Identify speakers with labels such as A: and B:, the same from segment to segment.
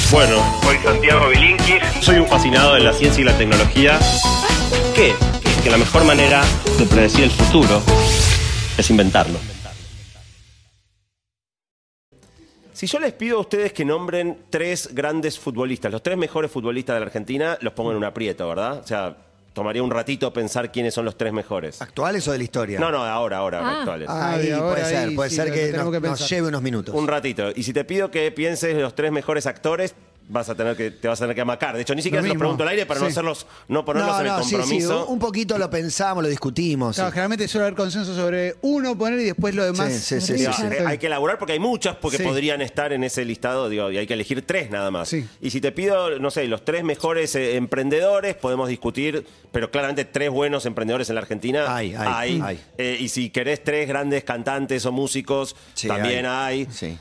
A: Bueno,
B: Soy Santiago Bilinkis.
A: soy un fascinado de la ciencia y la tecnología. ¿Qué? Que la mejor manera de predecir el futuro es inventarlo. Si yo les pido a ustedes que nombren 3 grandes futbolistas, los 3 mejores futbolistas de la Argentina, los pongo en un aprieto, ¿verdad? O sea, tomaría un ratito pensar quiénes son los 3 mejores.
C: ¿Actuales o de la historia?
A: No, ahora, actuales.
C: Ahí
D: ahora,
C: puede
D: sí,
C: ser
D: lo
C: que
D: tenemos que
C: nos
D: pensar.
C: lleve unos minutos.
A: Un ratito. Y si te pido que pienses los 3 mejores actores, te vas a tener que amacar. De hecho, ni siquiera
D: Lo
A: se los
D: mismo.
A: pregunto al aire para no ponerlos en el compromiso.
C: Sí, un poquito lo pensamos, lo discutimos.
D: Claro, generalmente suele haber consenso sobre uno poner y después lo demás.
C: Sí.
A: Digo, hay que elaborar porque hay muchas porque
D: Sí.
A: podrían estar en ese listado, digo, y hay que elegir 3 nada más.
D: Sí.
A: Y si te pido, no sé, los 3 mejores emprendedores, podemos discutir, pero claramente 3 buenos emprendedores en la Argentina
C: Hay.
A: Y si querés 3 grandes cantantes o músicos,
C: Sí,
A: también hay.
C: Sí.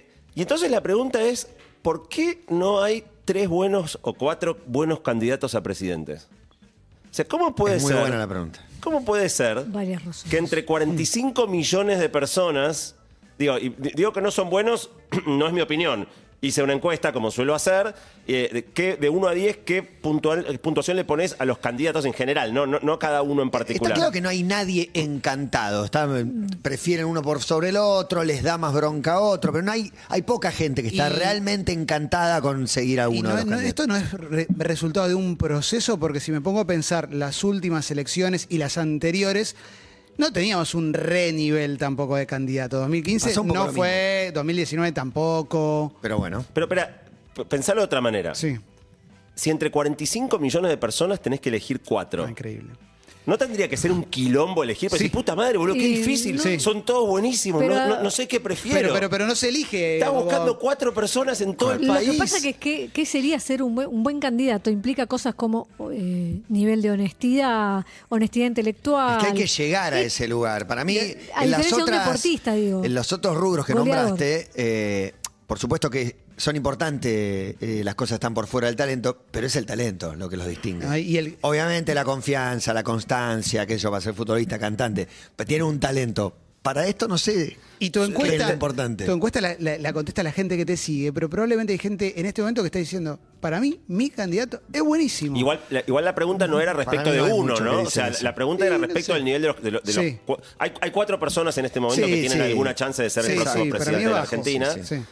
A: Y entonces la pregunta es, ¿por qué no hay 3 buenos o 4 buenos candidatos a presidentes? O sea, ¿cómo puede
C: Es muy
A: ser?
C: buena la pregunta.
A: ¿Cómo puede ser
E: Varias razones.
A: que entre 45 millones de personas, digo que no son buenos, no es mi opinión, hice una encuesta, como suelo hacer, que de 1 a 10, ¿qué puntuación le pones a los candidatos en general? No a cada uno en particular.
C: Está claro que no hay nadie encantado. Prefieren uno por sobre el otro, les da más bronca a otro, pero hay poca gente que está realmente encantada con seguir a
D: Y
C: uno de los candidatos.
D: esto no es resultado de un proceso, porque si me pongo a pensar las últimas elecciones y las anteriores, no teníamos un nivel tampoco de candidato. 2015
C: Pasó un poco
D: no
C: lo
D: fue, 2019 tampoco.
C: Pero bueno.
A: Pero espera, pensalo de otra manera.
D: Sí,
A: Si entre 45 millones de personas tenés que elegir 4,
D: increíble.
A: ¿no tendría que ser un quilombo elegir? Pero
D: Sí.
A: decir, puta madre, boludo, qué
E: Y
A: difícil.
D: no-
A: Son todos buenísimos,
E: Pero-
A: no sé qué prefiero.
D: Pero no se elige.
A: Estás
D: Bob.
A: buscando 4 personas en todo el
E: Lo
A: país.
E: que pasa es que ¿qué sería ser un buen candidato? Implica cosas como nivel de honestidad intelectual.
C: Es que hay que llegar a ese lugar. Para mí,
E: A diferencia de un deportista, digo.
C: en los otros rubros que
E: Goleador.
C: nombraste, por supuesto que son importantes, las cosas están por fuera del talento, pero es el talento lo que los distingue. Obviamente la confianza, la constancia, que eso va a ser futbolista, cantante, pero tiene un talento. Para esto no sé.
D: Y tu
C: qué es lo
D: encuesta,
C: importante.
D: la contesta la gente que te sigue, pero probablemente hay gente en este momento que está diciendo, para mí, mi candidato es buenísimo.
A: Igual la pregunta no era respecto
C: Para mí
A: de
C: no hay
A: uno,
C: mucho que
A: ¿no? O
C: dicen
A: sea,
C: eso.
A: la pregunta era
D: Sí, no
A: respecto
D: sé.
A: del nivel de los...
D: Sí.
A: Hay 4 personas en este momento
C: Sí,
A: que tienen
C: sí.
A: alguna chance de ser el
D: Sí,
A: próximo
D: sí, para
A: presidente
D: mí
A: de
D: es
A: la
D: bajo.
A: Argentina.
D: Sí, sí.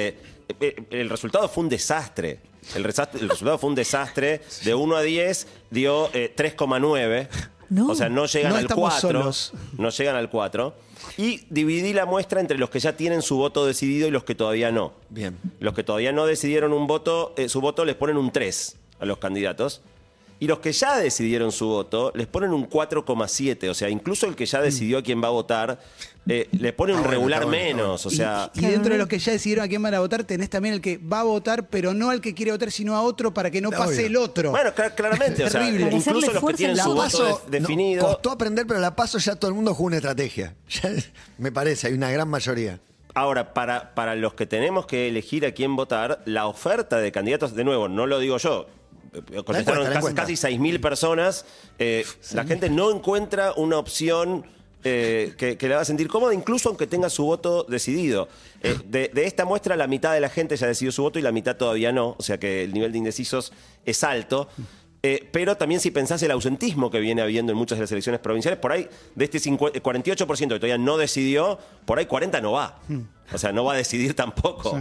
A: El resultado fue un desastre. El resultado fue un desastre. De 1 a 10 dio 3,9.
E: No.
A: O sea, no llegan
D: No
A: al
D: estamos
A: 4.
D: solos.
A: No llegan al 4. Y dividí la muestra entre los que ya tienen su voto decidido y los que todavía no.
C: Bien.
A: Los que todavía no decidieron su voto les ponen un 3 a los candidatos. Y los que ya decidieron su voto les ponen un 4,7. O sea, incluso el que ya decidió a quién va a votar, le pone un
C: Está bueno,
A: regular
C: está bueno,
A: menos. O sea,
D: Y dentro de los que ya decidieron a quién van a votar, tenés también el que va a votar, pero no al que quiere votar, sino a otro para que no pase
C: Obvio.
D: el otro.
A: bueno, claramente. O sea,
D: Terrible.
E: Para
A: incluso
E: hacerle
A: los que
E: fuerza
A: tienen
E: en
A: su
E: la
A: voto
C: Paso,
A: definido.
C: costó aprender, pero la paso ya todo el mundo jugó una estrategia. Ya, me parece, hay una gran mayoría.
A: Ahora, para los que tenemos que elegir a quién votar, la oferta de candidatos, de nuevo, no lo digo yo, contestaron
C: La encuesta.
A: casi 6.000 personas, la gente no encuentra una opción que le va a sentir cómoda, incluso aunque tenga su voto decidido. De esta muestra, la mitad de la gente ya decidió su voto y la mitad todavía no, o sea que el nivel de indecisos es alto. Pero también si pensás el ausentismo que viene habiendo en muchas de las elecciones provinciales, por ahí de este 48% que todavía no decidió, por ahí 40% no va. O sea, no va a decidir tampoco.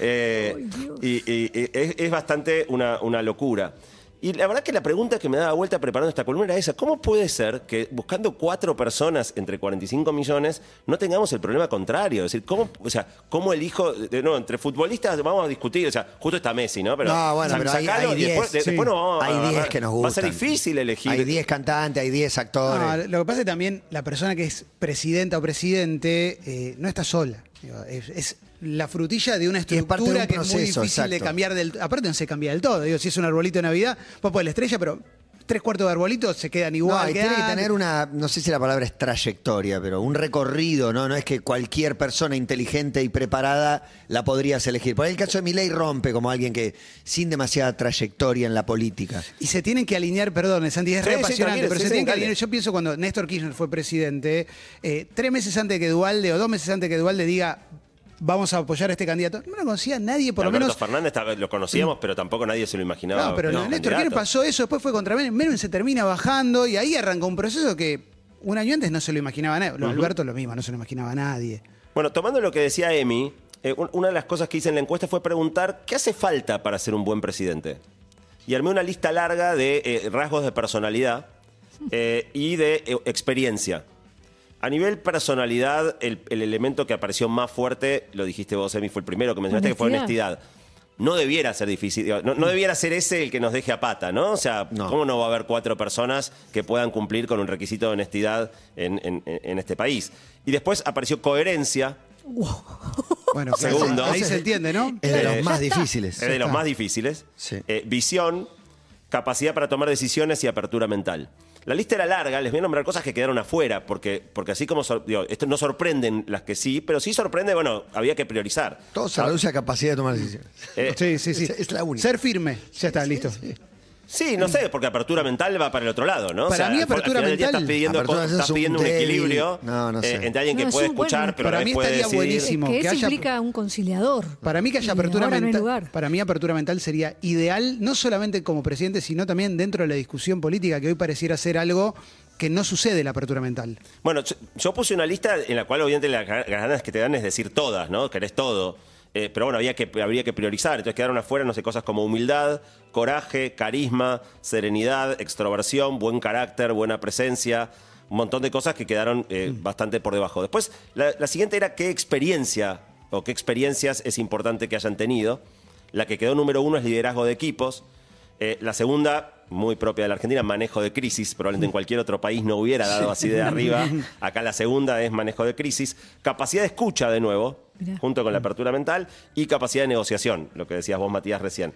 A: Y es bastante una locura. Y la verdad que la pregunta que me daba vuelta preparando esta columna era esa. ¿Cómo puede ser que buscando 4 personas entre 45 millones no tengamos el problema contrario? Es decir, ¿cómo elijo? Entre futbolistas vamos a discutir. O sea, justo está Messi, ¿no? Pero,
C: No, bueno, pero hay
A: sacalo y
C: 10,
A: después
C: sí.
A: no vamos a
C: Hay 10
A: agarrar.
C: que nos
A: Va a ser
C: gustan.
A: difícil elegir.
C: Hay 10 cantantes, hay 10 actores.
D: No, lo que pasa es que también la persona que es presidenta o presidente no está sola. Digo, es la frutilla de una
C: Y es parte de
D: estructura
C: un
D: que es muy
C: proceso,
D: difícil de
C: exacto.
D: cambiar aparte no se cambia del todo. Digo, si es un arbolito de Navidad, vos podés la estrella, pero 3/4 de arbolitos se quedan
C: No,
D: igual.
C: y tiene que tener una, no sé si la palabra es trayectoria, pero un recorrido, ¿no? No es que cualquier persona inteligente y preparada la podrías elegir. Por ahí el caso de Milei rompe como alguien que sin demasiada trayectoria en la política.
D: Y se tienen que alinear, perdón, Santi, es
A: Sí,
D: re
A: sí,
D: apasionante,
A: tranquilo,
D: pero
A: sí,
D: se
A: sí,
D: tienen que
A: dale.
D: alinear. Yo pienso cuando Néstor Kirchner fue presidente, 3 meses antes que Dualde o 2 meses antes que Dualde diga vamos a apoyar a este candidato. No lo conocía nadie, por lo menos.
A: Alberto Fernández lo conocíamos, pero tampoco nadie se lo imaginaba.
D: No, pero Néstor Kirchner pasó eso, después fue contra Menem. Menem se termina bajando y ahí arrancó un proceso que un año antes no se lo imaginaba nadie. Alberto lo mismo, no se lo imaginaba nadie.
A: Bueno, tomando lo que decía Emi, una de las cosas que hice en la encuesta fue preguntar ¿qué hace falta para ser un buen presidente? Y armé una lista larga de rasgos de personalidad y de experiencia. A nivel personalidad, el elemento que apareció más fuerte, lo dijiste vos, Emi, fue el primero que mencionaste, que fue honestidad. No debiera ser difícil, no debiera ser ese el que nos deje a pata, ¿no? O sea, ¿cómo no va a haber 4 personas que puedan cumplir con un requisito de honestidad en este país? Y después apareció coherencia.
D: Wow. Bueno,
A: segundo.
D: Ahí se entiende, ¿no?
C: Es de los más difíciles.
A: Es de los más difíciles.
C: Sí.
A: Visión, capacidad para tomar decisiones y apertura mental. La lista era larga, les voy a nombrar cosas que quedaron afuera, porque así como, esto no sorprenden las que sí, pero sí sorprende, bueno, había que priorizar.
C: Todo se reduce a capacidad de tomar decisiones.
D: Sí.
C: Es la única.
D: Ser firme, ya está, listo.
A: Sí, no sé, porque apertura mental va para el otro lado, ¿no?
D: Para mí apertura mental...
A: Estás pidiendo un equilibrio entre alguien que puede escuchar, pero
D: para mí
A: puede
D: estaría
A: decidir.
D: buenísimo.
E: Que eso implica un conciliador.
D: Para mí que haya apertura mental. Para mí apertura mental sería ideal, no solamente como presidente, sino también dentro de la discusión política, que hoy pareciera ser algo que no sucede la apertura mental.
A: Bueno, yo puse una lista en la cual obviamente las ganas que te dan es decir todas, ¿no? Querés todo. Pero bueno, habría que priorizar. Entonces quedaron afuera, no sé, cosas como humildad, coraje, carisma, serenidad, extroversión, buen carácter, buena presencia, un montón de cosas que quedaron bastante por debajo. Después, la siguiente era qué experiencia o qué experiencias es importante que hayan tenido. La que quedó número 1 es liderazgo de equipos. La segunda, muy propia de la Argentina, manejo de crisis. Probablemente en cualquier otro país no hubiera dado así de arriba. Acá la segunda es manejo de crisis. Capacidad de escucha, de nuevo, junto con la apertura mental. Y capacidad de negociación, lo que decías vos, Matías, recién.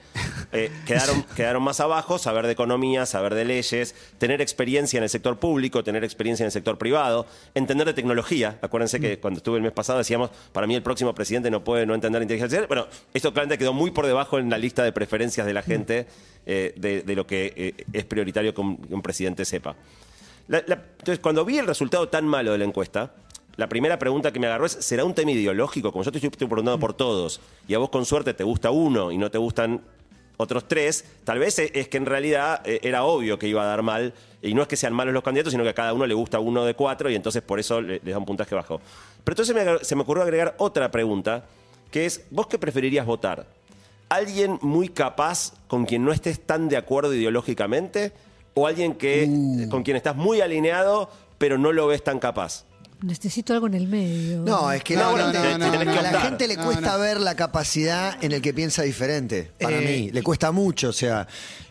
A: Quedaron más abajo, saber de economía, saber de leyes, tener experiencia en el sector público, tener experiencia en el sector privado, entender de tecnología. Acuérdense que cuando estuve el mes pasado decíamos, para mí el próximo presidente no puede no entender inteligencia artificial. Bueno, esto claramente quedó muy por debajo en la lista de preferencias de la gente de lo que es prioritario que un presidente sepa. Entonces, cuando vi el resultado tan malo de la encuesta, la primera pregunta que me agarró es, ¿será un tema ideológico? Como yo te estoy preguntando por todos, y a vos con suerte te gusta uno y no te gustan otros 3, tal vez es que en realidad era obvio que iba a dar mal, y no es que sean malos los candidatos, sino que a cada uno le gusta uno de 4 y entonces por eso les da un puntaje bajo. Pero entonces se me ocurrió agregar otra pregunta, que es, ¿vos qué preferirías votar? ¿Alguien muy capaz con quien no estés tan de acuerdo ideológicamente? ¿O alguien con quien estás muy alineado pero no lo ves tan capaz?
E: Necesito algo en el medio.
C: No, es que
A: No,
C: a
A: no,
C: la gente le cuesta ver la capacidad en el que piensa diferente. Para mí, le cuesta mucho. O sea,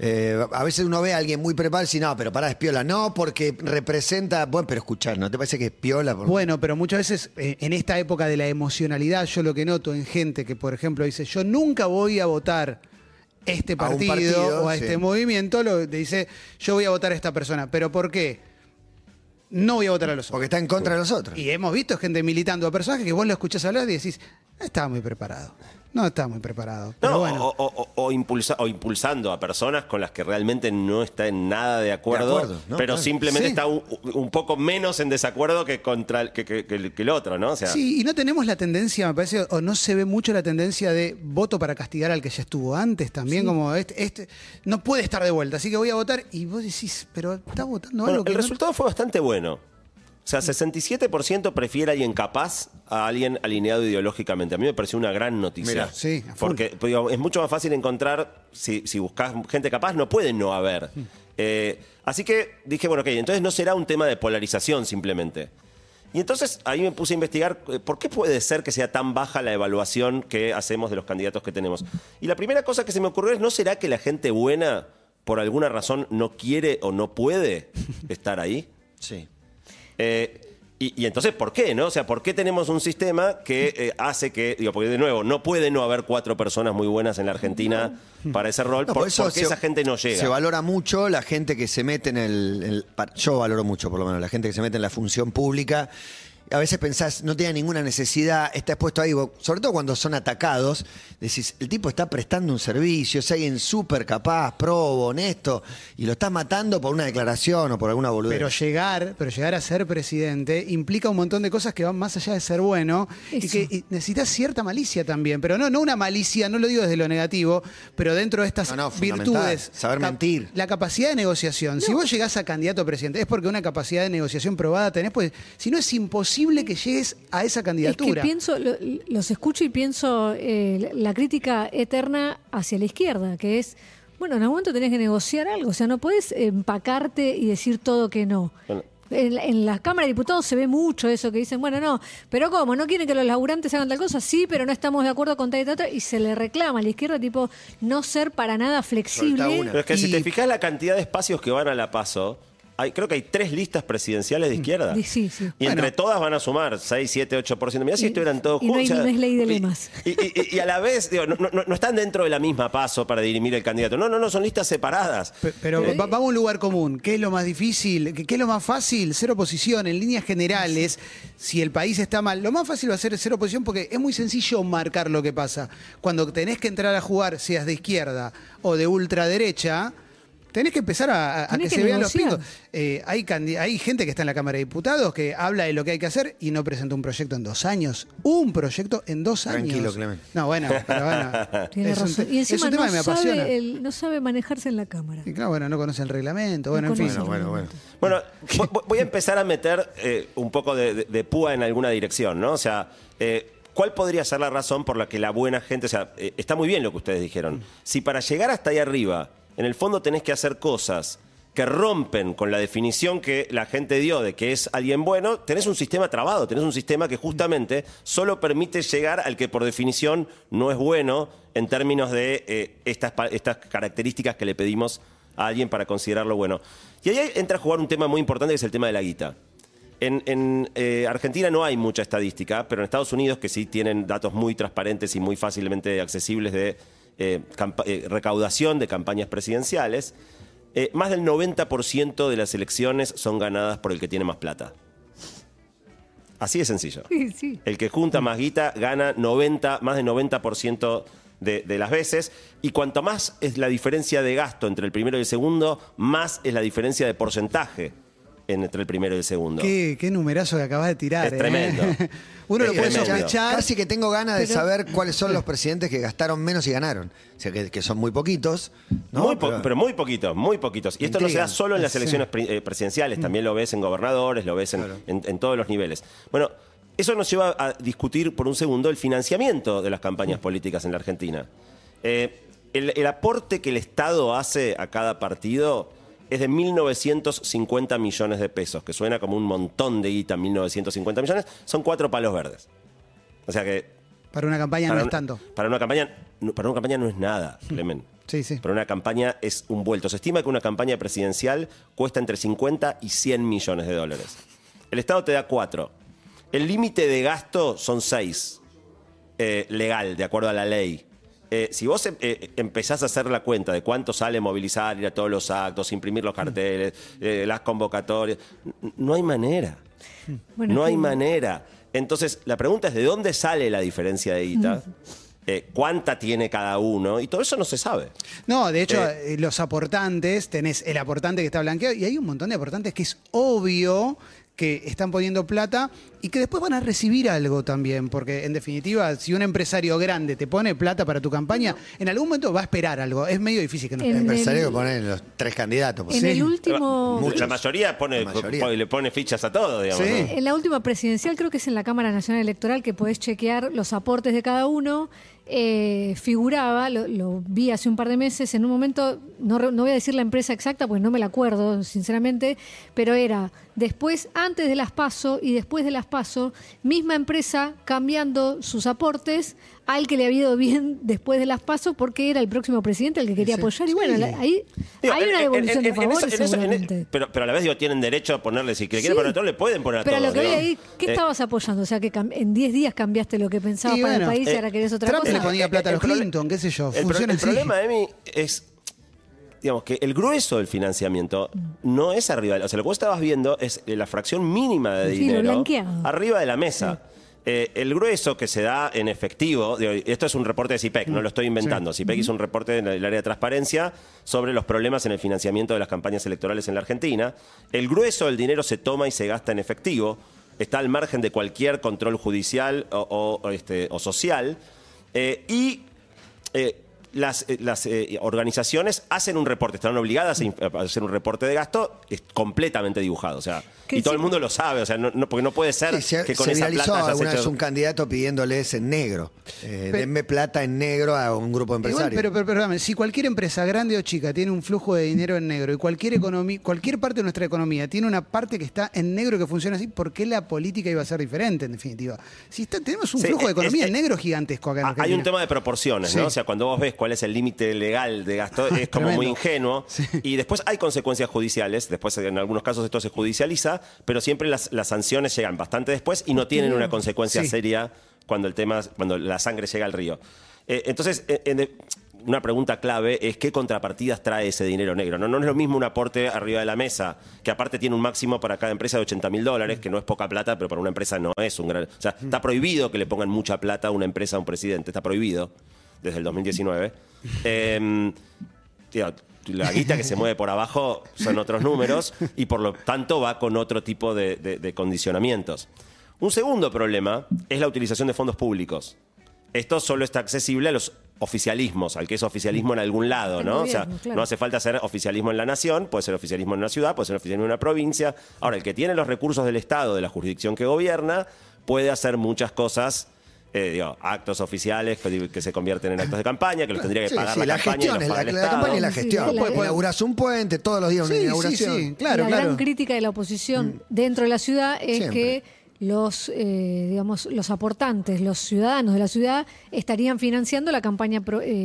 C: a veces uno ve a alguien muy preparado y dice, no, pero pará, es piola. No, porque representa. Bueno, pero escuchar, ¿no te parece que es piola?
D: Bueno, pero muchas veces en esta época de la emocionalidad, yo lo que noto en gente que, por ejemplo, dice, yo nunca voy a votar este partido o a este movimiento, dice, yo voy a votar a esta persona. ¿Pero por qué? No voy a votar a los otros.
C: Porque está en contra de los otros.
D: Y hemos visto gente militando a personajes que vos lo escuchás hablar y decís, no estaba muy preparado. No estaba muy preparado. Pero
A: No,
D: bueno.
A: o impulsando a personas con las que realmente no está en nada de acuerdo,
C: ¿no?
A: pero
C: Claro.
A: simplemente
C: Sí.
A: está un poco menos en desacuerdo que contra que el otro, ¿no? O sea,
D: Sí, y no tenemos la tendencia, me parece, o no se ve mucho la tendencia de voto para castigar al que ya estuvo antes también, como este no puede estar de vuelta, así que voy a votar y vos decís, pero está votando
A: bueno,
D: algo que
A: el resultado fue bastante bueno. O sea, 67% prefiere a alguien capaz a alguien alineado ideológicamente. A mí me pareció una gran noticia.
C: Mirá,
D: sí, a full.
A: Porque digo, es mucho más fácil encontrar, si buscas gente capaz, no puede no haber. Así que dije, bueno, ok, entonces no será un tema de polarización simplemente. Y entonces ahí me puse a investigar por qué puede ser que sea tan baja la evaluación que hacemos de los candidatos que tenemos. Y la primera cosa que se me ocurrió es, ¿no será que la gente buena, por alguna razón, no quiere o no puede estar ahí?
C: Sí.
A: Y entonces, ¿por qué? ¿No? O sea, ¿por qué tenemos un sistema que hace que, digo, porque de nuevo, no puede no haber 4 personas muy buenas en la Argentina para ese rol?
C: No,
A: ¿Por qué esa gente no llega?
C: Se valora mucho la gente que se mete en yo valoro mucho, por lo menos, la gente que se mete en la función pública a veces pensás, no tiene ninguna necesidad, está expuesto ahí, sobre todo cuando son atacados, decís, el tipo está prestando un servicio, es alguien súper capaz, probo, honesto, y lo estás matando por una declaración o por alguna boludez.
D: Pero llegar a ser presidente implica un montón de cosas que van más allá de ser bueno y que necesitas cierta malicia también, pero no una malicia, no lo digo desde lo negativo, pero dentro de estas virtudes.
C: Saber mentir.
D: La capacidad de negociación. Si vos llegás a candidato a presidente, es porque una capacidad de negociación probada tenés, pues si no es imposible que llegues a esa candidatura.
E: Es que los escucho y pienso la crítica eterna hacia la izquierda, que es, bueno, en algún momento tenés que negociar algo, o sea, no podés empacarte y decir todo que no. Bueno. En la Cámara de Diputados se ve mucho eso, que dicen, bueno, no, pero ¿cómo? ¿No quieren que los laburantes hagan tal cosa? Sí, pero no estamos de acuerdo con tal y tal, y se le reclama a la izquierda, tipo, no ser para nada flexible.
A: Pero es que si te fijas la cantidad de espacios que van a la PASO, creo que hay 3 listas presidenciales de izquierda.
E: Sí.
A: Y entre todas van a sumar 6, 7, 8%. Mirá si estuvieran todos juntos.
E: Y no es ley de lemas.
A: Y a la vez, digo, no están dentro de la misma PASO para dirimir el candidato. No, son listas separadas.
D: Pero vamos a un lugar común. ¿Qué es lo más difícil? ¿Qué es lo más fácil? Ser oposición. En líneas generales, si el país está mal, lo más fácil va a ser oposición porque es muy sencillo marcar lo que pasa. Cuando tenés que entrar a jugar, seas de izquierda o de ultraderecha, tenés que empezar a que se vean los pingos. Hay gente que está en la Cámara de Diputados que habla de lo que hay que hacer y no presenta un proyecto en 2 años. Un proyecto en 2 años.
C: Tranquilo, Clemente.
D: No, bueno, pero bueno.
E: Tiene razón. Y encima
D: tema que me apasiona.
E: no sabe manejarse en la Cámara.
D: Y claro, bueno, no conoce el reglamento. Bueno, en fin.
A: Bueno, voy a empezar a meter un poco de púa en alguna dirección, ¿no? O sea, ¿cuál podría ser la razón por la que la buena gente, o sea, está muy bien lo que ustedes dijeron. Si para llegar hasta ahí arriba, en el fondo tenés que hacer cosas que rompen con la definición que la gente dio de que es alguien bueno, tenés un sistema trabado, tenés un sistema que justamente solo permite llegar al que por definición no es bueno en términos de estas características que le pedimos a alguien para considerarlo bueno. Y ahí entra a jugar un tema muy importante que es el tema de la guita. En Argentina no hay mucha estadística, pero en Estados Unidos, que sí tienen datos muy transparentes y muy fácilmente accesibles de recaudación de campañas presidenciales, más del 90% de las elecciones son ganadas por el que tiene más plata. Así de sencillo.
E: Sí.
A: El que junta más guita gana más del 90% de las veces, y cuanto más es la diferencia de gasto entre el primero y el segundo, más es la diferencia de porcentaje entre el primero y el segundo.
D: Qué numerazo que acabas de tirar.
A: Es tremendo.
D: Uno lo puede sospechar.
C: Casi que tengo ganas de saber cuáles son los presidentes que gastaron menos y ganaron. O sea, que son muy poquitos, ¿no?
A: Pero muy poquitos. Y esto no se da solo en las elecciones presidenciales, también lo ves en gobernadores, lo ves en todos los niveles. Bueno, eso nos lleva a discutir por un segundo el financiamiento de las campañas políticas en la Argentina. El aporte que el Estado hace a cada partido es de 1.950 millones de pesos, que suena como un montón de guita, 1.950 millones, son 4 palos verdes. O sea que...
D: Para una campaña no es tanto.
A: Para una campaña no es nada, Clemen.
D: Sí.
A: Para una campaña es un vuelto. Se estima que una campaña presidencial cuesta entre 50 y 100 millones de dólares. El Estado te da 4. El límite de gasto son 6, legal, de acuerdo a la ley. Si vos empezás a hacer la cuenta de cuánto sale movilizar, ir a todos los actos, imprimir los carteles, las convocatorias, no hay manera. Bueno, no hay manera. Entonces, la pregunta es ¿de dónde sale la diferencia de guita? ¿Cuánta tiene cada uno? Y todo eso no se sabe.
D: No, de hecho, los aportantes, tenés el aportante que está blanqueado y hay un montón de aportantes que es obvio que están poniendo plata y que después van a recibir algo también, porque en definitiva, si un empresario grande te pone plata para tu campaña, en algún momento va a esperar algo. Es medio difícil que no espere.
C: El empresario que pone los 3 candidatos.
E: En el último...
A: La mayoría le pone fichas a todo, digamos.
D: Sí.
A: ¿no?
E: En la última presidencial, creo que es en la Cámara Nacional Electoral, que podés chequear los aportes de cada uno. Figuraba, lo vi hace un par de meses, en un momento, no voy a decir la empresa exacta porque no me la acuerdo sinceramente, pero era antes de las PASO y después de las PASO, misma empresa cambiando sus aportes al que le había ido bien después de las PASO porque era el próximo presidente al que quería apoyar. Y bueno, ahí hay una devolución de favores seguramente.
A: Pero a la vez tienen derecho a ponerle, si quieren poner a todos, le pueden poner a todos.
E: Pero lo que hay ahí, ¿qué estabas apoyando? O sea, que en 10 días cambiaste lo que pensabas para el país y ahora querés otra
D: Trump
E: cosa.
D: le ponía plata a los Clinton, qué sé yo.
A: El problema, Emi, es digamos que el grueso del financiamiento no es arriba. O sea, lo que vos estabas viendo es la fracción mínima de dinero arriba de la mesa. Sí. El grueso que se da en efectivo, esto es un reporte de CIPEC, no lo estoy inventando. Sí. CIPEC hizo un reporte en el área de transparencia sobre los problemas en el financiamiento de las campañas electorales en la Argentina. El grueso del dinero se toma y se gasta en efectivo, está al margen de cualquier control judicial o social. Las organizaciones hacen un reporte, están obligadas a hacer un reporte de gasto completamente dibujado, o sea, y todo el mundo lo sabe, o sea, porque no puede ser que con esa plata hayas
C: alguna vez un candidato pidiéndoles en negro, denme plata en negro a un grupo de empresarios.
D: Igual, pero perdóname, si cualquier empresa, grande o chica, tiene un flujo de dinero en negro y cualquier parte de nuestra economía tiene una parte que está en negro que funciona así, ¿por qué la política iba a ser diferente, en definitiva? Si tenemos un flujo de economía en negro gigantesco acá en Argentina.
A: Hay un tema de proporciones, ¿no? O sea, cuando vos ves cuál es el límite legal de gasto, es como muy ingenuo. Sí. Y después hay consecuencias judiciales, después en algunos casos esto se judicializa, pero siempre las sanciones llegan bastante después y no tienen una consecuencia seria cuando la sangre llega al río. Entonces, una pregunta clave es qué contrapartidas trae ese dinero negro. No es lo mismo un aporte arriba de la mesa, que aparte tiene un máximo para cada empresa de $80.000, que no es poca plata, pero para una empresa no es un gran... O sea, está prohibido que le pongan mucha plata a una empresa a un presidente, está prohibido desde el 2019. La guita que se mueve por abajo son otros números y por lo tanto va con otro tipo de condicionamientos. Un segundo problema es la utilización de fondos públicos. Esto solo está accesible a los oficialismos, al que es oficialismo en algún lado, ¿no? O sea, no hace falta ser oficialismo en la nación, puede ser oficialismo en una ciudad, puede ser oficialismo en una provincia. Ahora, el que tiene los recursos del Estado, de la jurisdicción que gobierna, puede hacer muchas cosas. Actos oficiales que se convierten en actos de campaña, que los tendría que pagar la campaña.
C: La campaña y la gestión. Inaugurás un puente, todos los días una inauguración.
E: Sí, claro, la gran crítica de la oposición dentro de la ciudad es que los aportantes, los ciudadanos de la ciudad estarían financiando la campaña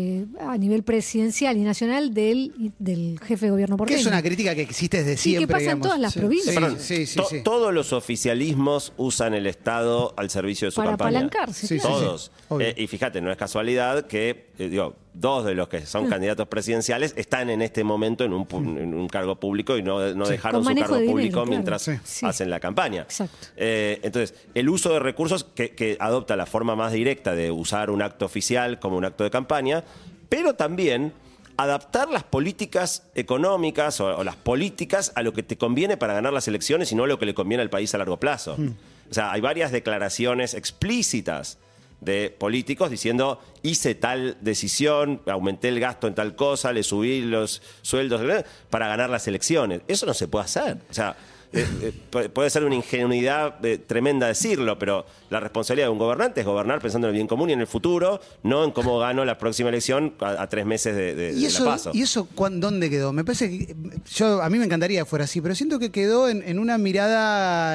E: a nivel presidencial y nacional del jefe de gobierno porteño.
D: Que es una crítica que existe desde siempre.
E: Y que pasa en todas las provincias.
A: Todos los oficialismos usan el Estado al servicio de su campaña.
E: Para apalancarse.
A: Todos. Y fíjate, no es casualidad que dos de los que son candidatos presidenciales están en este momento en un cargo público y no dejaron su cargo público mientras hacen la campaña.
E: Exacto.
A: Entonces, el uso de recursos que adopta la forma más directa de usar un acto oficial como un acto de campaña, pero también adaptar las políticas económicas o las políticas a lo que te conviene para ganar las elecciones y no a lo que le conviene al país a largo plazo. O sea, hay varias declaraciones explícitas de políticos diciendo hice tal decisión, aumenté el gasto en tal cosa, le subí los sueldos para ganar las elecciones. Eso no se puede hacer. O sea, puede ser una ingenuidad tremenda decirlo, pero la responsabilidad de un gobernante es gobernar pensando en el bien común y en el futuro, no en cómo gano la próxima elección a 3 meses de la PASO.
D: ¿Y eso dónde quedó? Me parece que a mí me encantaría que fuera así, pero siento que quedó en una mirada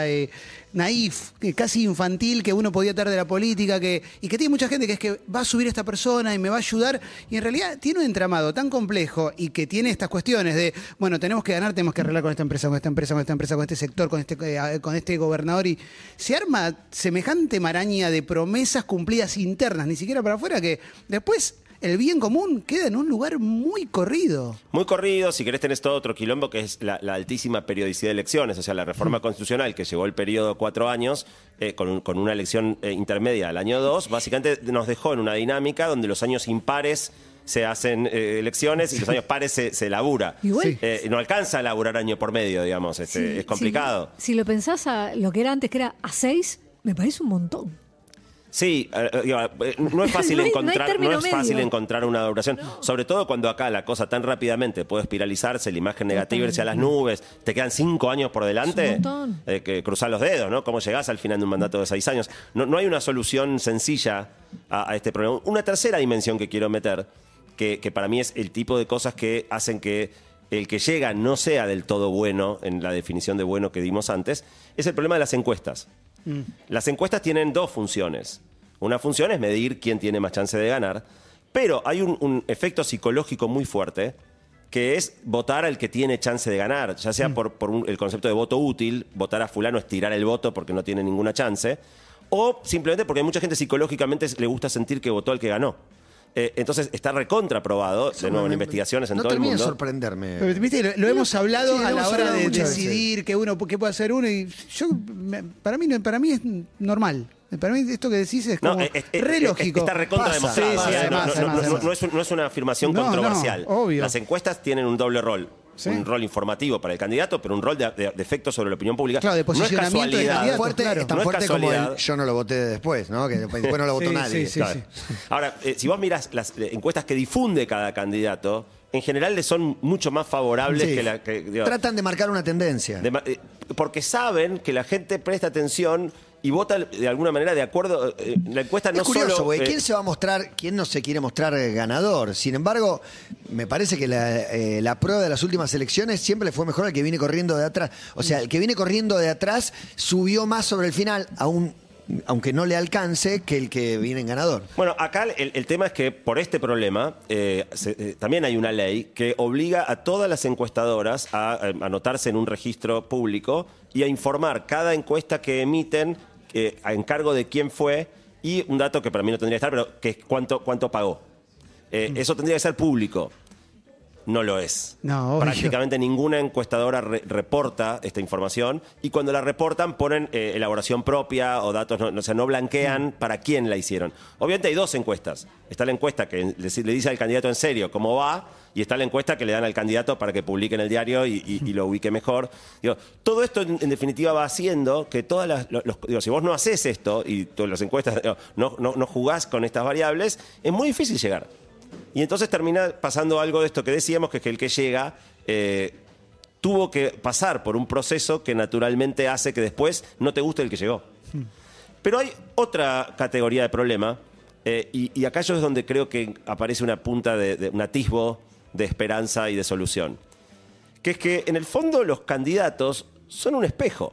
D: naif, casi infantil que uno podía tener de la política y que tiene mucha gente que es que va a subir esta persona y me va a ayudar, y en realidad tiene un entramado tan complejo y que tiene estas cuestiones de, bueno, tenemos que ganar, tenemos que arreglar con esta empresa, con esta empresa, con esta empresa, con este sector, con este gobernador, y se arma semejante maraña de promesas cumplidas internas, ni siquiera para afuera, que después el bien común queda en un lugar muy corrido.
A: Muy corrido, si querés tenés todo otro quilombo que es la altísima periodicidad de elecciones, o sea, la reforma constitucional que llevó el periodo 4 años, con una elección intermedia al año 2, básicamente nos dejó en una dinámica donde los años impares se hacen elecciones y los años pares se labura. No alcanza a laburar año por medio, digamos, es complicado.
E: Si lo pensás a lo que era antes, que era a 6, me parece un montón.
A: Sí, no es fácil encontrar una duración, sobre todo cuando acá la cosa tan rápidamente puede espiralizarse, la imagen negativa irse a las nubes, te quedan 5 años por delante, que cruzar los dedos, ¿no? ¿Cómo llegás al final de un mandato de 6 años? No hay una solución sencilla a este problema. Una tercera dimensión que quiero meter, que para mí es el tipo de cosas que hacen que el que llega no sea del todo bueno en la definición de bueno que dimos antes, es el problema de las encuestas. Las encuestas tienen 2 funciones. Una función es medir quién tiene más chance de ganar, pero hay un efecto psicológico muy fuerte que es votar al que tiene chance de ganar, ya sea por el concepto de voto útil, votar a fulano es tirar el voto porque no tiene ninguna chance, o simplemente porque hay mucha gente psicológicamente le gusta sentir que votó al que ganó. Entonces está recontraprobado, de nuevo en investigaciones en todo el mundo.
C: No termina de sorprenderme.
D: Pero, ¿viste? Lo hemos hablado a la hora de decidir qué puede hacer uno. Y para mí es normal. Para mí esto que decís es como re lógico.
A: Está recontra demostrado.
D: Sí, además.
A: No es una afirmación controversial.
D: Obvio.
A: Las encuestas tienen un doble rol. Sí. Un rol informativo para el candidato, pero un rol de efecto sobre la opinión pública.
D: Claro, de posicionamiento del candidato.
C: Es tan fuerte como yo no lo voté después, ¿no? Que después no lo votó nadie.
A: Sí. Ahora, si vos mirás las encuestas que difunde cada candidato, en general le son mucho más favorables que la que...
C: Tratan de marcar una tendencia.
A: Porque saben que la gente presta atención y vota de alguna manera de acuerdo. La encuesta no
C: es curioso,
A: solo...
C: ¿Quién se va a mostrar, quién no se quiere mostrar ganador? Sin embargo, me parece que la prueba de las últimas elecciones siempre le fue mejor al que viene corriendo de atrás. O sea, el que viene corriendo de atrás subió más sobre el final, aunque no le alcance, que el que viene en ganador.
A: Bueno, acá el tema es que por este problema también hay una ley que obliga a todas las encuestadoras a anotarse en un registro público y a informar cada encuesta que emiten a encargo de quién fue y un dato que para mí no tendría que estar, pero que es cuánto pagó. Eso tendría que ser público. No lo es.
D: No,
A: prácticamente ninguna encuestadora reporta esta información y cuando la reportan ponen elaboración propia o datos, no blanquean para quién la hicieron. Obviamente hay dos encuestas. Está la encuesta que le dice al candidato en serio cómo va y está la encuesta que le dan al candidato para que publique en el diario y lo ubique mejor. Todo esto en definitiva va haciendo que todas si vos no haces esto y todas las encuestas no jugás con estas variables, es muy difícil llegar. Y entonces termina pasando algo de esto que decíamos, que es que el que llega tuvo que pasar por un proceso que naturalmente hace que después no te guste el que llegó. Pero hay otra categoría de problema, y acá yo es donde creo que aparece una punta de un atisbo de esperanza y de solución. Que es que en el fondo los candidatos son un espejo.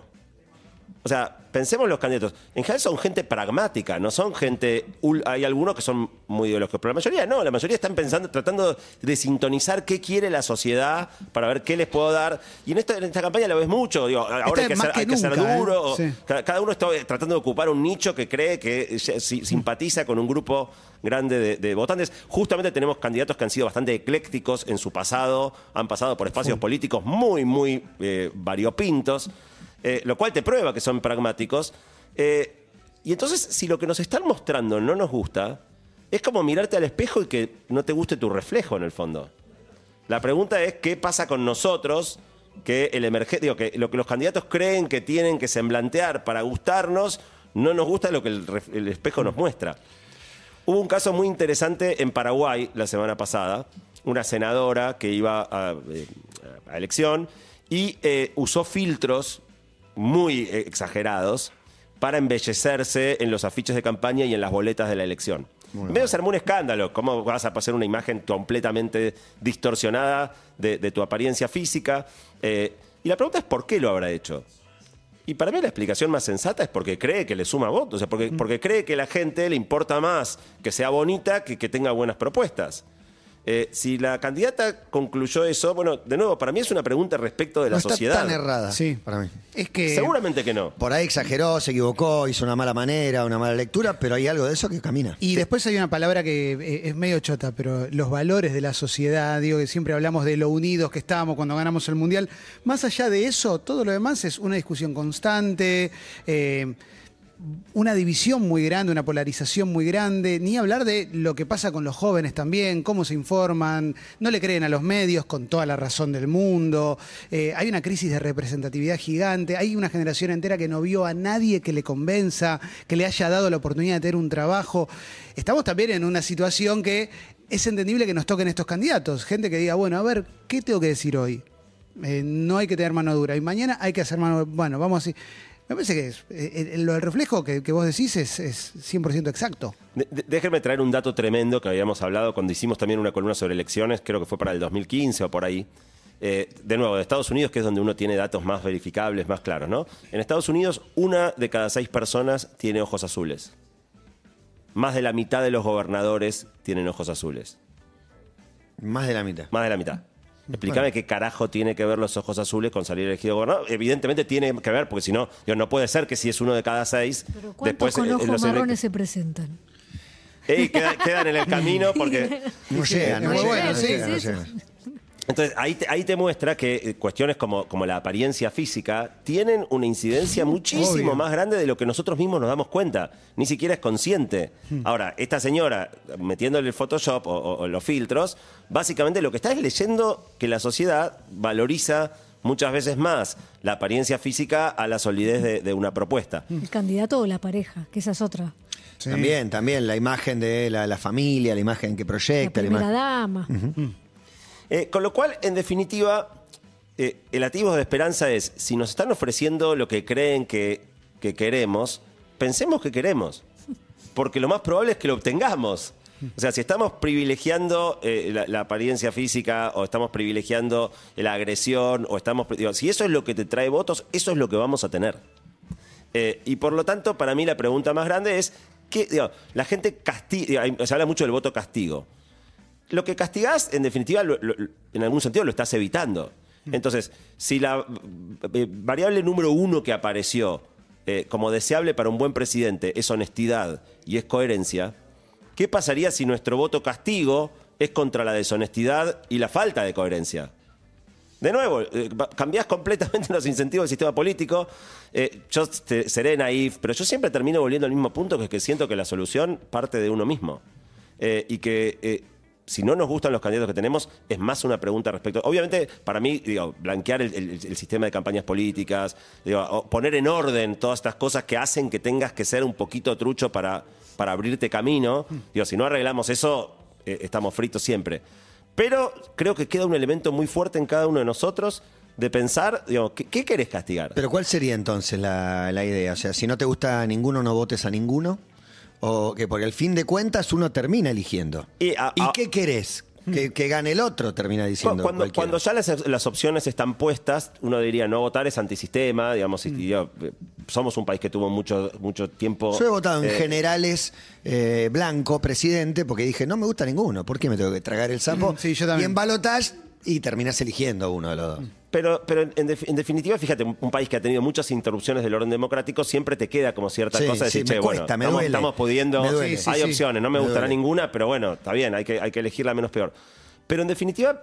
A: O sea, pensemos en los candidatos. En general son gente pragmática, no son gente... Hay algunos que son muy ideológicos, pero la mayoría no. La mayoría están tratando de sintonizar qué quiere la sociedad para ver qué les puedo dar. Y en esta campaña lo ves mucho. Ahora hay que ser duro. Sí. Cada uno está tratando de ocupar un nicho que cree que simpatiza con un grupo grande de votantes. Justamente tenemos candidatos que han sido bastante eclécticos en su pasado. Han pasado por espacios políticos muy, muy variopintos. Lo cual te prueba que son pragmáticos. Y entonces, si lo que nos están mostrando no nos gusta, es como mirarte al espejo y que no te guste tu reflejo, en el fondo. La pregunta es, ¿qué pasa con nosotros? Que que lo que los candidatos creen que tienen que semblantear para gustarnos, no nos gusta lo que el espejo nos muestra. Hubo un caso muy interesante en Paraguay la semana pasada. Una senadora que iba a elección y usó filtros muy exagerados para embellecerse en los afiches de campaña y en las boletas de la elección. En medio se armó un escándalo. ¿Cómo vas a pasar una imagen completamente distorsionada de tu apariencia física? Y la pregunta es ¿por qué lo habrá hecho? Y para mí la explicación más sensata es porque cree que le suma votos. O sea, porque cree que a la gente le importa más que sea bonita que tenga buenas propuestas. Si la candidata concluyó eso, bueno, de nuevo, para mí es una pregunta respecto de la sociedad.
C: No está tan errada,
D: sí,
C: para mí.
D: Es que
A: seguramente que no.
C: Por ahí exageró, se equivocó, hizo una mala manera, una mala lectura, pero hay algo de eso que camina.
D: Y después hay una palabra que es medio chota, pero los valores de la sociedad, digo que siempre hablamos de lo unidos que estábamos cuando ganamos el Mundial. Más allá de eso, todo lo demás es una discusión constante, una división muy grande, una polarización muy grande, ni hablar de lo que pasa con los jóvenes también, cómo se informan, no le creen a los medios con toda la razón del mundo, hay una crisis de representatividad gigante, hay una generación entera que no vio a nadie que le convenza, que le haya dado la oportunidad de tener un trabajo. Estamos también en una situación que es entendible que nos toquen estos candidatos, gente que diga, bueno, a ver, ¿qué tengo que decir hoy? No hay que tener mano dura y mañana hay que hacer mano dura. Bueno, vamos así. Me parece que lo del reflejo que vos decís es 100% exacto.
A: Déjenme traer un dato tremendo que habíamos hablado cuando hicimos también una columna sobre elecciones, creo que fue para el 2015 o por ahí. De nuevo, de Estados Unidos, que es donde uno tiene datos más verificables, más claros, ¿no? En Estados Unidos, 1 de cada 6 personas tiene ojos azules. Más de la mitad de los gobernadores tienen ojos azules.
C: Más de la mitad.
A: Más de la mitad. Explícame qué carajo tiene que ver los ojos azules con salir elegido gobernador. Evidentemente tiene que ver, porque si no, no puede ser que si es 1 de cada 6...
E: ¿Pero cuántos con ojos marrones se presentan?
A: Quedan en el camino porque...
C: No llegan, no llegan.
A: Entonces, ahí te muestra que cuestiones como la apariencia física tienen una incidencia muchísimo más grande de lo que nosotros mismos nos damos cuenta. Ni siquiera es consciente. Ahora, esta señora, metiéndole el Photoshop o los filtros, básicamente lo que está es leyendo que la sociedad valoriza muchas veces más la apariencia física a la solidez de una propuesta.
E: El candidato o la pareja, que esa es otra.
C: Sí. También la imagen de la familia, la imagen que proyecta.
E: La primera dama.
A: Con lo cual, en definitiva, el atisbo de esperanza es, si nos están ofreciendo lo que creen que queremos, pensemos que queremos, porque lo más probable es que lo obtengamos. O sea, si estamos privilegiando la apariencia física o estamos privilegiando la agresión o si eso es lo que te trae votos, eso es lo que vamos a tener. Y por lo tanto, para mí la pregunta más grande es, la gente castiga, se habla mucho del voto castigo. Lo que castigás, en definitiva, en algún sentido lo estás evitando. Entonces, si la variable número 1 que apareció como deseable para un buen presidente es honestidad y es coherencia, ¿qué pasaría si nuestro voto castigo es contra la deshonestidad y la falta de coherencia? De nuevo, cambiás completamente los incentivos del sistema político. Yo seré naif, pero yo siempre termino volviendo al mismo punto, que es que siento que la solución parte de uno mismo. Y que... si no nos gustan los candidatos que tenemos, es más una pregunta respecto... Obviamente, para mí, blanquear el sistema de campañas políticas, poner en orden todas estas cosas que hacen que tengas que ser un poquito trucho para abrirte camino. Si no arreglamos eso, estamos fritos siempre. Pero creo que queda un elemento muy fuerte en cada uno de nosotros de pensar, ¿qué querés castigar?
C: Pero ¿cuál sería entonces la idea? O sea, si no te gusta a ninguno, no votes a ninguno. O que porque al fin de cuentas uno termina eligiendo. ¿Y qué querés? Que gane el otro, termina diciendo.
A: Cuando ya las opciones están puestas, uno diría no votar es antisistema, digamos. Somos un país que tuvo mucho tiempo.
C: Yo he votado en generales blanco, presidente, porque dije, no me gusta ninguno. ¿Por qué me tengo que tragar el sapo?
D: Sí, yo también.
C: Y en balotaje y terminás eligiendo uno de los dos.
A: Pero en definitiva, fíjate, un país que ha tenido muchas interrupciones del orden democrático, siempre te queda como cierta cosa de decir, estamos pudiendo, hay opciones, no me gustará ninguna, pero bueno, está bien, hay que elegir la menos peor. Pero en definitiva,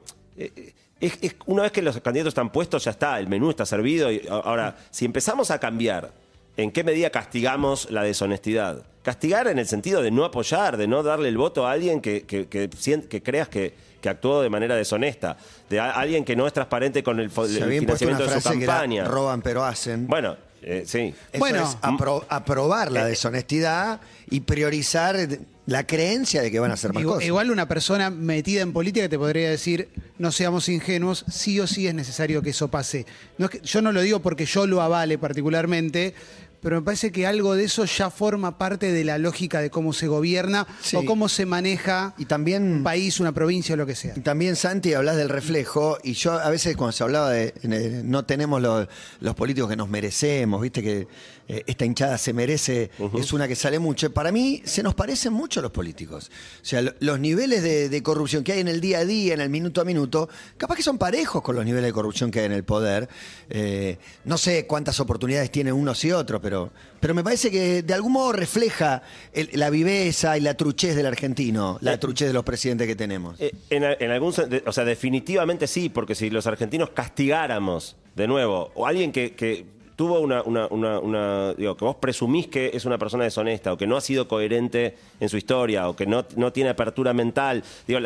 A: una vez que los candidatos están puestos, ya está, el menú está servido. Ahora, si empezamos a cambiar en qué medida castigamos la deshonestidad, castigar en el sentido de no apoyar, de no darle el voto a alguien que creas que actuó de manera deshonesta, de alguien que no es transparente con el financiamiento de su campaña.
C: Roban pero hacen.
A: Bueno, sí.
C: Eso es aprobar la deshonestidad y priorizar la creencia de que van a hacer más cosas.
D: Igual una persona metida en política te podría decir, no seamos ingenuos, sí o sí es necesario que eso pase. No es que, yo no lo digo porque yo lo avale particularmente, pero me parece que algo de eso ya forma parte de la lógica de cómo se gobierna o cómo se maneja
C: y también,
D: un país, una provincia o lo que sea.
C: Y también, Santi, hablas del reflejo, y yo a veces cuando se hablaba de no tenemos los políticos que nos merecemos, viste que esta hinchada se merece, es una que sale mucho. Para mí se nos parecen mucho los políticos. O sea, los niveles de corrupción que hay en el día a día, en el minuto a minuto, capaz que son parejos con los niveles de corrupción que hay en el poder. No sé cuántas oportunidades tienen unos y otros, pero me parece que de algún modo refleja la viveza y la truchez del argentino, la truchez de los presidentes que tenemos.
A: En algún o sea, definitivamente sí, porque si los argentinos castigáramos de nuevo, o alguien que tuvo que vos presumís que es una persona deshonesta, o que no ha sido coherente en su historia, o que no tiene apertura mental,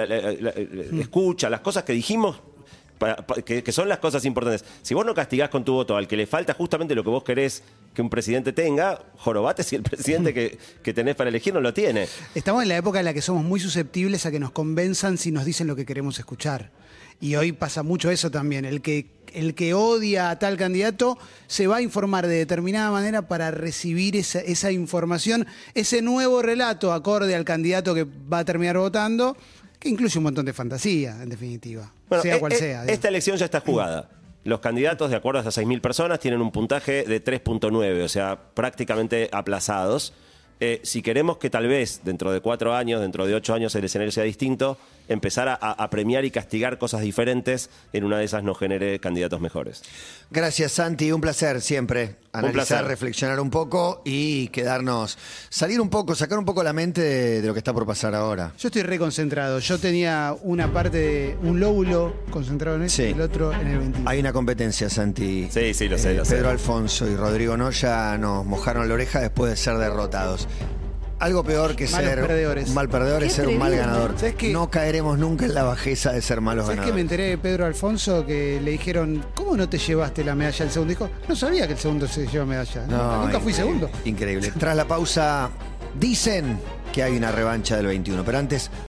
A: escucha las cosas que dijimos, que son las cosas importantes. Si vos no castigás con tu voto al que le falta justamente lo que vos querés que un presidente tenga, jorobate si el presidente que tenés para elegir no lo tiene.
D: Estamos en la época en la que somos muy susceptibles a que nos convenzan si nos dicen lo que queremos escuchar. Y hoy pasa mucho eso también. El que odia a tal candidato se va a informar de determinada manera para recibir esa información, ese nuevo relato acorde al candidato que va a terminar votando, que incluye un montón de fantasía, en definitiva.
A: Bueno,
D: sea cual sea.
A: Esta elección ya está jugada. Los candidatos, de acuerdo a esas 6.000 personas, tienen un puntaje de 3.9, o sea, prácticamente aplazados. si queremos que tal vez dentro de 4 años, dentro de 8 años el escenario sea distinto, empezar a premiar y castigar cosas diferentes, en una de esas nos genere candidatos mejores.
C: Gracias, Santi, un placer siempre. Analizar, reflexionar un poco y quedarnos, salir un poco, sacar un poco la mente de lo que está por pasar ahora.
D: Yo estoy reconcentrado. Yo tenía una parte de un lóbulo concentrado en esto y el otro en el 21.
C: Hay una competencia, Santi.
A: Sí, lo sé.
C: Pedro Alfonso y Rodrigo Noya nos mojaron la oreja después de ser derrotados. Algo peor que ser un mal perdedor es ser un mal ganador. No caeremos nunca en la bajeza de ser malos ganadores.
D: ¿Sabes que me enteré de Pedro Alfonso que le dijeron, ¿cómo no te llevaste la medalla del segundo? Dijo, no sabía que el segundo se lleva medalla. Nunca fui segundo.
C: Increíble. Tras la pausa, dicen que hay una revancha del 21, pero antes